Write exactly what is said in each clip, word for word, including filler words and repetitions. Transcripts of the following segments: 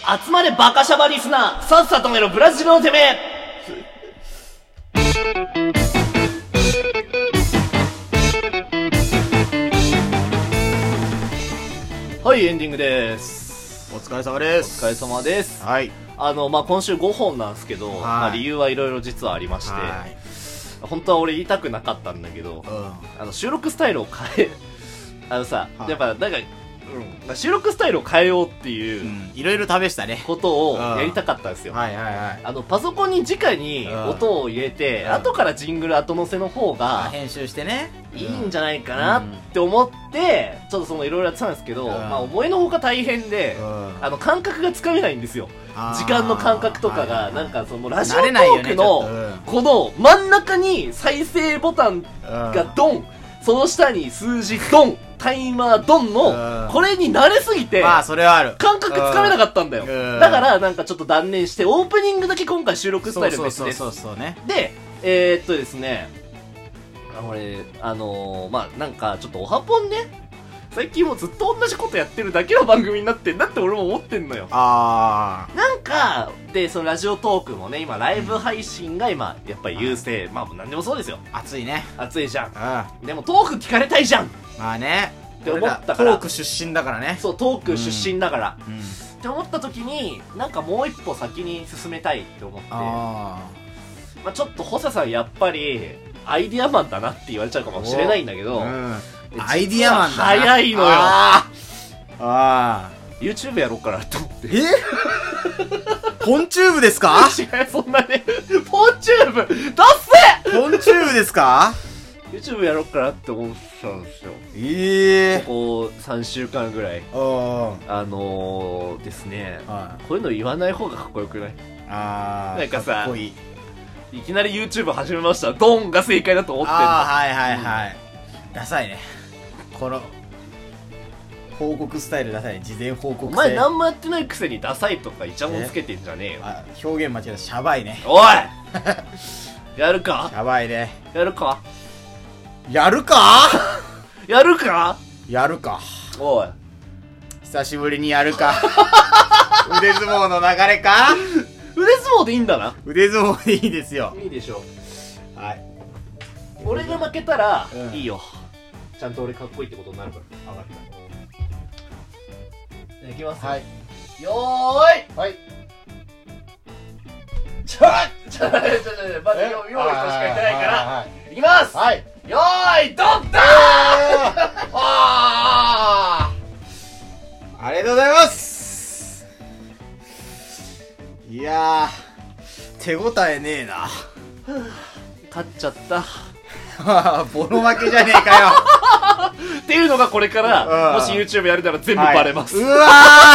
集まれバカシャバリスナー、さっさとめろブラジルのてめえ。はい、エンディングです。 お疲れ様です。 お疲れ様です。 はい。 あの、まあ、今週ごほんなんですけど、はい、まあ、理由はいろいろ実はありまして、はい、本当は俺言いたくなかったんだけど、うん、あの収録スタイルを変え、あのさ、はい、やっぱなんか、うん、収録スタイルを変えようっていう、 いろいろ試したね。 ことをやりたかったんですよ。 はいはいはい。 あの、パソコンに直に音を入れて、うん、後からジングル後乗せの方が、 編集してね。 いいんじゃないかなって思って、ちょっとそのいろいろやってたんですけど、うん、まあ思いのほか大変で、うん、あの、感覚がつかめないんですよ。時間の感覚とかが、なんかそのラジオトークの、この真ん中に再生ボタンがドン、その下に数字ドン、タイマードンの、これに慣れすぎて、 まあそれはある。 感覚つかめなかったんだよ。だからなんかちょっと断念して、オープニングだけ今回収録スタイル別です。 そうそうそうね。 で、えー、っとですね、俺、あのー、まあなんかちょっとオハポンね、最近もうずっと同じことやってるだけの番組になってんだって俺も思ってんのよ。 あー。 なんか、で、そのラジオトークもね、今ライブ配信が今、やっぱり優勢。まあなんでもそうですよ。 熱いね。 熱いじゃん。うん。でもトーク聞かれたいじゃん。 まあね。 って思ったから。 トーク出身だからね。 そう、トーク出身だから。うん。うん、って思った時に、なんかもう一歩先に進めたいって思って。あー。まあちょっと補佐さんやっぱり、アイディアマンだなって言われちゃうかもしれないんだけど、うん、 アイディアマンだな。 早いのよ。ああ。 YouTube やろうかなと思って。 えポンチューブですか？ 違う、そんなね。ポンチューブだっせポンチューブですか？ YouTube やろうかなって思ってたんですよ。 ええー。 ここさんしゅうかんぐらい。あのーですね、こういうの言わない方がかっこよくない？ああ。なんかさ、かっこいい。いきなり YouTube 始めました。ドンが正解だと思ってんの。 ああ、はいはいはい。うん、ダサいね。この、報告スタイルダサいね。事前報告お前何もやってないくせにダサいとかイチャモンつけてんじゃねえよ。 あ、表現間違えた。シャバいね。 おいやるか？ シャバいね。 やるか？ やるかやるかやるか。 おい。 久しぶりにやるか。腕相撲の流れか腕相撲でいいんだな。 腕相撲でいいですよ。 いいでしょう。はい。 俺が負けたら、うん、いいよ。ちゃんと俺かっこいいってことになるから。 分かった。 じゃあいきます。 はい。 よーい。はい。ちょっちょっちょっちょっまずよーいとしか言ってないから。いきます。 はい。 よーい、ドンダーあーありがとうございます。いやー、手応えねえな。 勝っちゃった。 ボロ負けじゃねえかよ。 っていうのがこれから、もし YouTube やるなら全部バレます。 はい、うわ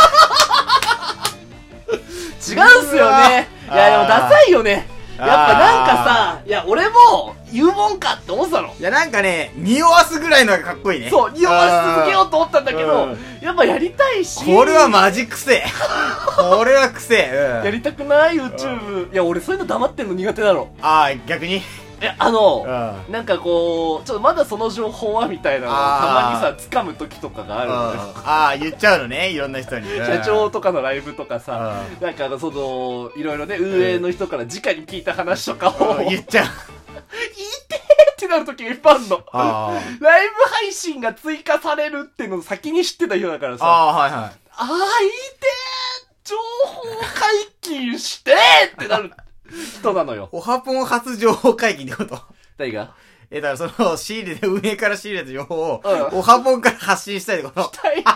ー違うんすよね。いやでもダサいよね。やっぱなんかさ、いや俺も言うもんかって思ってたの。 いやなんかね、匂わすぐらいのがかっこいいね。 そう、匂わし続けようと思ったんだけど、やっぱやりたいし。 これはマジ癖。これは癖。 うん、やりたくない YouTube。いや俺そういうの黙ってんの苦手なの。 ああ、逆にえ、あの、うん、なんかこう、ちょっとまだその情報はみたいなのをたまにさ、掴む時とかがあるのよ。 ああ、言っちゃうのね、いろんな人に。 社長とかのライブとかさ、なんかその、いろいろね、運営の人から直に聞いた話とかを、 言っちゃう。 言いてーってなる時がいっぱいあるの。ライブ配信が追加されるってのを先に知ってた人だからさ、 ああ、はいはい。 ああ、言いてー情報解禁してーってなる。人なのよ。 オハポン初情報解禁ってこと？ 誰が？ え、だからその、仕入れて、運営から仕入れた情報を、うん、オハポンから発信したいってこと？したい。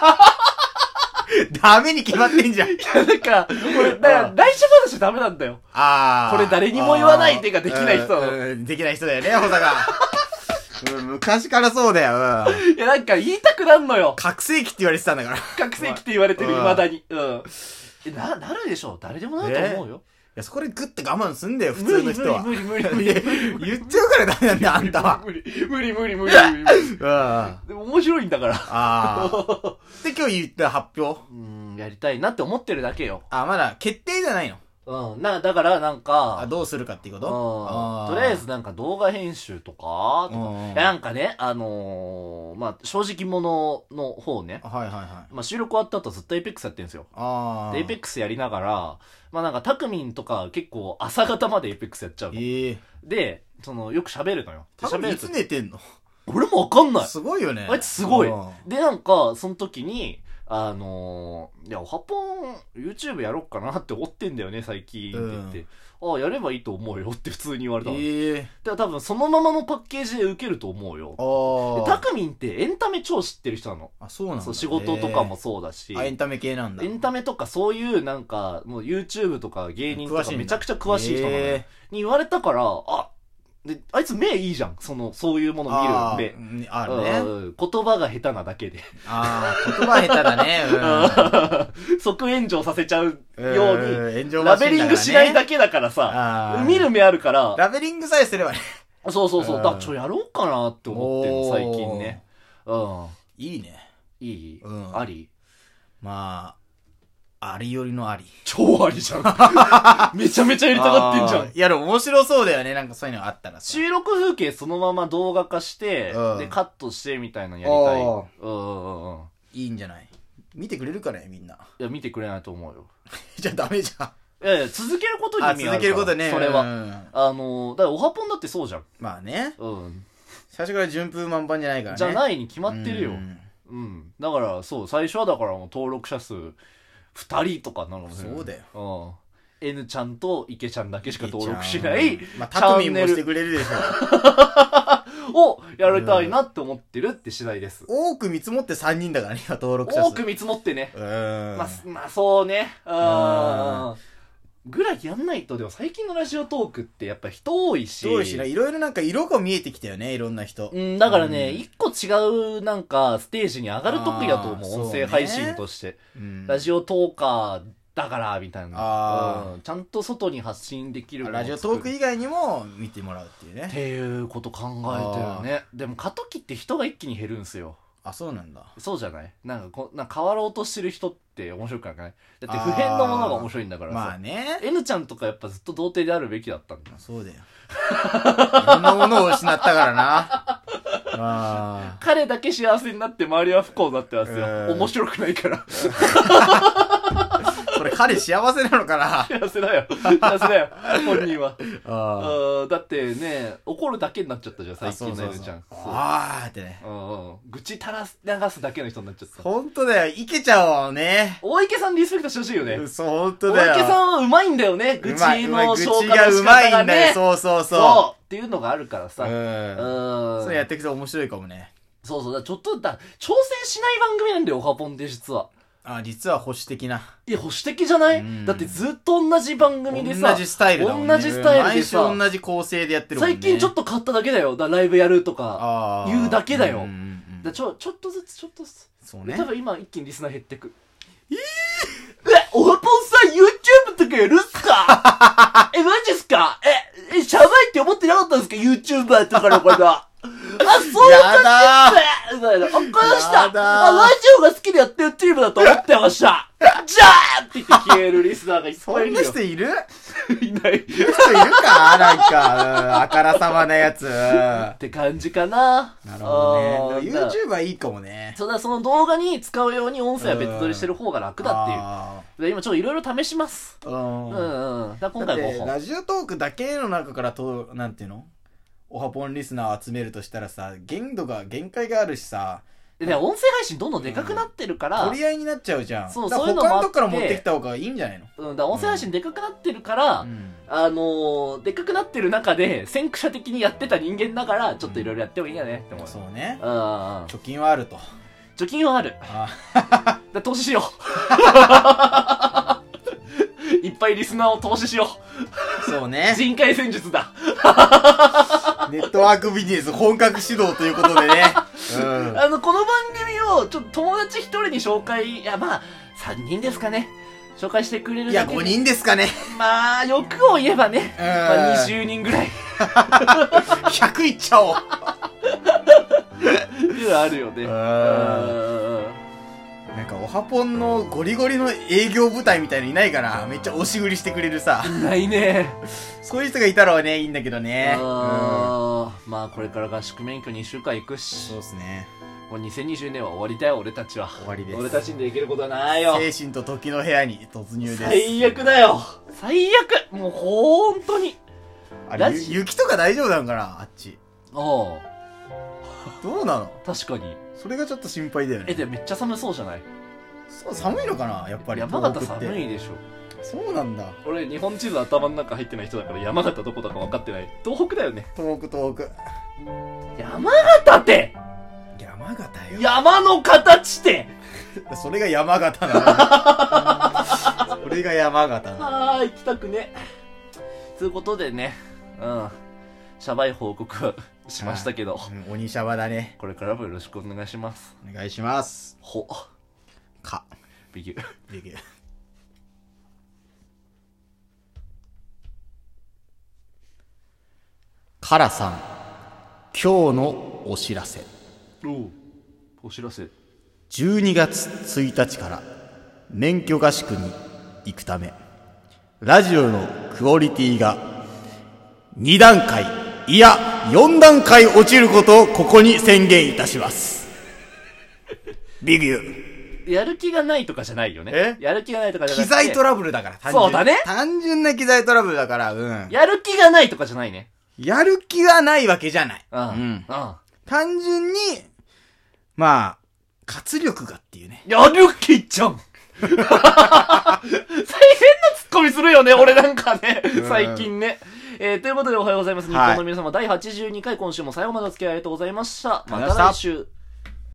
ダメに決まってんじゃん。いや、なんか、俺、だから、内緒話ダメなんだよ。ああ。これ誰にも言わない手ができない人なの。 うん、できない人だよね、ホサが。うん、昔からそうだよ、 うん。いや、なんか言いたくなんのよ。 覚醒器って言われてたんだから。 覚醒器って言われてる、未だに。うん。え、な、なるでしょ。誰でもなると思うよ。 いや、そこでグッて我慢すんだよ、普通の人は。 無理無理無理無理無理。言っちゃうからダメなんだよ、あんたは。 無理無理無理無理無理無理。でも面白いんだから。 ああ。で、今日言った発表うん、やりたいなって思ってるだけよ。 あ、まだ決定じゃないの？ うん。な、だからなんか、 あ、どうするかっていうこうん。 と？ とりあえずなんか動画編集とか、とか。 うんいやなんかね、あのー、まあ、正直者の方ね。 はいはいはい。 まあ、収録終わった後ずっとエイペックスやってるんですよ。 ああ。 でエイペックスやりながら、まあなんかタクミンとか結構朝方までエイペックスやっちゃうの。 ええ。 で、その、よく喋るのよ。 多分いつ喋ると寝てんの？ 俺もわかんない。 すごいよね。 あいつすごいうん。 で、なんか、その時に、あのー、いや、おはぽん、YouTube やろっかなって思ってんだよね、最近って言って。ああ、やればいいと思うよって普通に言われたの。 ええ。 だから多分そのままのパッケージで受けると思うよ。 ああ。 でタクミンってエンタメ超知ってる人なの。 あ、そうなんだ。 そう、仕事とかもそうだし。 あ、エンタメ系なんだ。 エンタメとかそういうなんか、もう YouTube とか芸人とかめちゃくちゃ詳しい人なのよ。に言われたから、あ、で、あいつ目いいじゃん。その、そういうもの見る目。 あるね。 言葉が下手なだけで。 ああ、言葉下手だね。 うん。即炎上させちゃうように、 炎上ラベリングしないだけだからさ、見る目あるから。 ラベリングさえすればね。 そうそうそう。だちょ、やろうかなって思ってる最近ね。うん。 いいね。 いいうん。 ありまあ、ありよりのあり。 超ありじゃん。めちゃめちゃやりたがってんじゃん。 いやでも面白そうだよね。なんかそういうのがあったらさ。 収録風景そのまま動画化して、うん、で、カットしてみたいなのやりたい。うんうんうん。 いいんじゃない？見てくれるかね、みんな。 いや、見てくれないと思うよ。 じゃあダメじゃん。 いやいや、続けることに意味あるから。 続けることね。 それは。うん、あの、だからオハポンだってそうじゃん。 まあね。 うん。 最初から順風満帆じゃないからね。 じゃないに決まってるよ。うん、うん。だから、そう、最初はだからもう登録者数、二人とかなのもそうだよ。 うん。N ちゃんと池ちゃんだけしか登録しない。 まあ、タクミンもしてくれるでしょ。をやりたいなって思ってるって次第です。 多く見積もってさんにんだからね、今登録者数。 多く見積もってね。 うん。 まあ、まあ、そうね。うん。ぐらいやんないと、でも最近のラジオトークってやっぱ人多いし。 多いしな、いろいろなんか色が見えてきたよね、いろんな人。 うん、だからね、一、うん、個違うなんかステージに上がる時だと思う、音声配信として。うん、ラジオトーカーだから、みたいな、うん。ちゃんと外に発信できる。 ラジオトーク以外にも見てもらうっていうね。 っていうこと考えてるね。でも過渡期って人が一気に減るんすよ。 あ、そうなんだ。 そうじゃないなんかこ、なんか変わろうとしてる人って面白くないだって普遍のものが面白いんだからさ。 まあね。 N ちゃんとかやっぱずっと童貞であるべきだったんだ。 そうだよ。いろんなものを失ったからな。あ彼だけ幸せになって周りは不幸になってますよ。面白くないから。 それ彼幸せなのかな幸せだよ。幸せだよ。本人は。あだってね、怒るだけになっちゃったじゃん、最近の N ちゃん。 あーってね。 愚痴垂らす、流すだけの人になっちゃった。 ほんとだよ。いけちゃうわね。 大池さんリスペクトしてほしいよね。 そう、ほんとだよ。 大池さんはうまいんだよね。愚痴の消化の仕方がね。愚痴がうまいんだよ。そうそうそう。 そうっていうのがあるからさ。うん。 それやっていくと面白いかもね。 そうそう。だちょっとだ、挑戦しない番組なんだよ、オハポンって実は。 あ、実は保守的な。 いや、保守的じゃない、うん、だってずっと同じ番組でさ。 同じスタイルだもんね。 同じスタイルでさ。 毎週同じ構成でやってるもんね。 最近ちょっと変わっただけだよ。だライブやるとか、言うだけだよ。だちょ、ちょっとずつ、ちょっとずつ。 そうね。 多分今一気にリスナー減ってく。えー、え、オハポンさん YouTube とかやるっすかえ、マジっすかえ、え、シャバいって思ってなかったんですか ?YouTuber とかの方。あ、そういう感じですね。わかりました。あ、ラジオが好きでやってるチームだと思ってました。じゃあって言って消えるリスナーがいっぱいいるよ。 そんな人いるいない。 人いるかなんか、あからさまなやつ。 って感じかな。 なるほどね。YouTube はいいかもね。 そうだ、その動画に使うように音声は別撮りしてる方が楽だっていう。今ちょっといろいろ試します。うん。うんうん。だ今回ごほん。 ラジオトークだけの中からと、なんていうのオハポンリスナーを集めるとしたらさ、限度が、限界があるしさ。 で、音声配信どんどんでかくなってるから。 うん、取り合いになっちゃうじゃん。 そう、 そういうのも他のとこから持ってきた方がいいんじゃないのうん、だ音声配信でかくなってるから、うん、あのー、でかくなってる中で、先駆者的にやってた人間だから、ちょっといろいろやってもいいんやねって思う。 そうね。 うん。 貯金はあると。 貯金はある。あだ投資しよう。いっぱいリスナーを投資しよう。そうね。 人海戦術だ。 ネットワークビジネス本格指導ということでね。 うん、あの、この番組を、ちょっと友達一人に紹介、いや、まあ、さんにんですかね。紹介してくれるだけで。いや、ごにんですかね。 まあ、欲を言えばね。まあ、にじゅうにんぐらい。 ひゃくいっちゃおう。っていうのあるよね。 なんか、おはハポンのゴリゴリの営業部隊みたいのいないかな。めっちゃ押し売りしてくれるさ。 ないね。 そういう人がいたらね、いいんだけどね。 あー、うん、まあこれから合宿免許にしゅうかん行くし。 そうですね。 もうにせんにじゅうねんは終わりだよ、俺たちは。 終わりです。 俺たちにできることはないよ。 精神と時の部屋に突入です。 最悪だよ。最悪。もうほーんとに。 あれ、雪とか大丈夫なのかな、あっち。 ああ。 どうなの？ 確かに。 それがちょっと心配だよね。 え、でもめっちゃ寒そうじゃない？ そう、寒いのかなやっぱり。 山形寒いでしょ。 そうなんだ。 俺、日本地図頭の中入ってない人だから山形どこだか分かってない。東北だよね。 東北、東北。 山形って山形よ。 山の形ってそれが山形なの。それが山形なの。 あー、行きたくね。ということでね、うん。シャバい報告しましたけど。 うん、鬼シャバだね。 これからもよろしくお願いします。 お願いします。 ほ。 か。 ビギュ。 ビギュ。カラさん、今日のお知らせ。 おお知らせ。 じゅうにがつついたちから免許合宿に行くため、ラジオのクオリティがにだんかい、いやよんだんかい落ちることをここに宣言いたします。ビギュ。 やる気がないとかじゃないよね。 え？ やる気がないとかじゃなくて。 機材トラブルだから、 単純。そうだね。 単純な機材トラブルだから、うん。 やる気がないとかじゃないね。 やる気はないわけじゃない。 うん。うん。うん、 単純に、まあ、活力がっていうね。 やる気じゃん大変なツッコミするよね、俺なんかね、最近ね。えー、ということでおはようございます。日本の皆様、はい、だいはちじゅうにかい、今週も最後までお付き合いありがとうございました。また来週。